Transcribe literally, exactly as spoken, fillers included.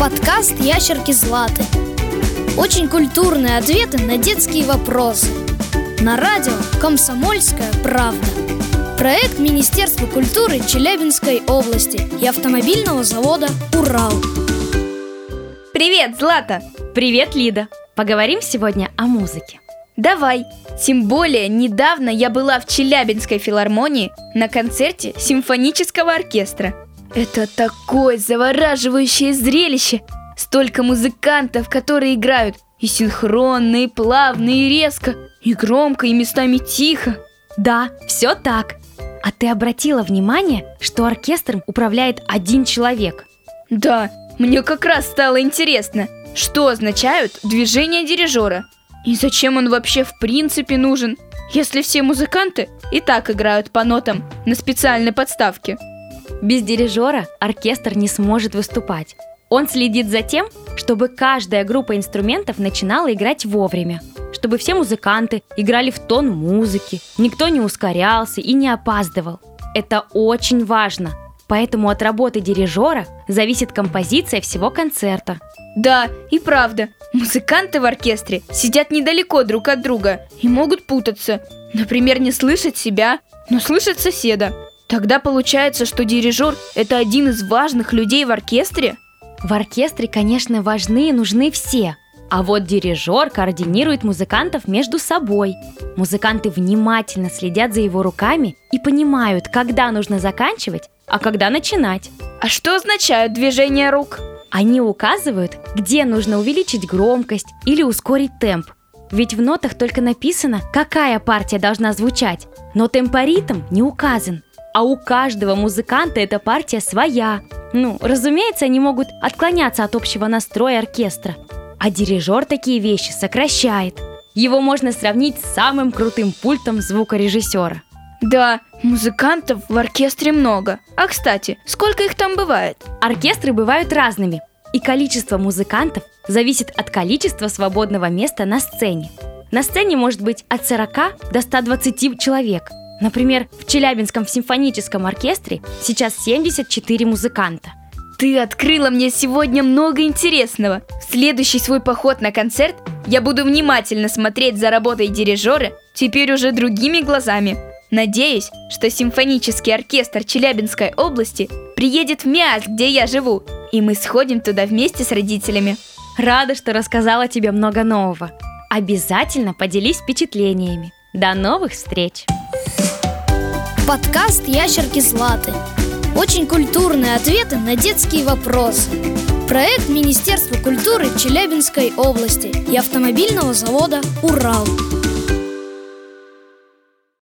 Подкаст «Ящерки Златы». Очень культурные ответы на детские вопросы. На радио «Комсомольская правда». Проект Министерства культуры Челябинской области и автомобильного завода «Урал». Привет, Злата! Привет, Лида! Поговорим сегодня о музыке. Давай! Тем более, недавно я была в Челябинской филармонии на концерте симфонического оркестра. Это такое завораживающее зрелище! Столько музыкантов, которые играют и синхронно, и плавно, и резко, и громко, и местами тихо. Да, все так. А ты обратила внимание, что оркестром управляет один человек? Да, мне как раз стало интересно, что означают движения дирижера. И зачем он вообще в принципе нужен, если все музыканты и так играют по нотам на специальной подставке? Без дирижера оркестр не сможет выступать. Он следит за тем, чтобы каждая группа инструментов начинала играть вовремя, чтобы все музыканты играли в тон музыки, никто не ускорялся и не опаздывал. Это очень важно, поэтому от работы дирижера зависит композиция всего концерта. Да, и правда, музыканты в оркестре сидят недалеко друг от друга и могут путаться. Например, не слышать себя, но слышать соседа. Тогда получается, что дирижер – это один из важных людей в оркестре? В оркестре, конечно, важны и нужны все. А вот дирижер координирует музыкантов между собой. Музыканты внимательно следят за его руками и понимают, когда нужно заканчивать, а когда начинать. А что означают движения рук? Они указывают, где нужно увеличить громкость или ускорить темп. Ведь в нотах только написано, какая партия должна звучать, но темпоритм не указан. А у каждого музыканта эта партия своя. Ну, разумеется, они могут отклоняться от общего настроя оркестра. А дирижер такие вещи сокращает. Его можно сравнить с самым крутым пультом звукорежиссера. Да, музыкантов в оркестре много. А, кстати, сколько их там бывает? Оркестры бывают разными. И количество музыкантов зависит от количества свободного места на сцене. На сцене может быть от сорока до ста двадцати человек. Например, в Челябинском симфоническом оркестре сейчас семьдесят четыре музыканта. Ты открыла мне сегодня много интересного. В следующий свой поход на концерт я буду внимательно смотреть за работой дирижера, теперь уже другими глазами. Надеюсь, что симфонический оркестр Челябинской области приедет в Миасс, где я живу, и мы сходим туда вместе с родителями. Рада, что рассказала тебе много нового. Обязательно поделись впечатлениями. До новых встреч! Подкаст «Ящерки Златы». Очень культурные ответы на детские вопросы. Проект Министерства культуры Челябинской области и автомобильного завода «Урал».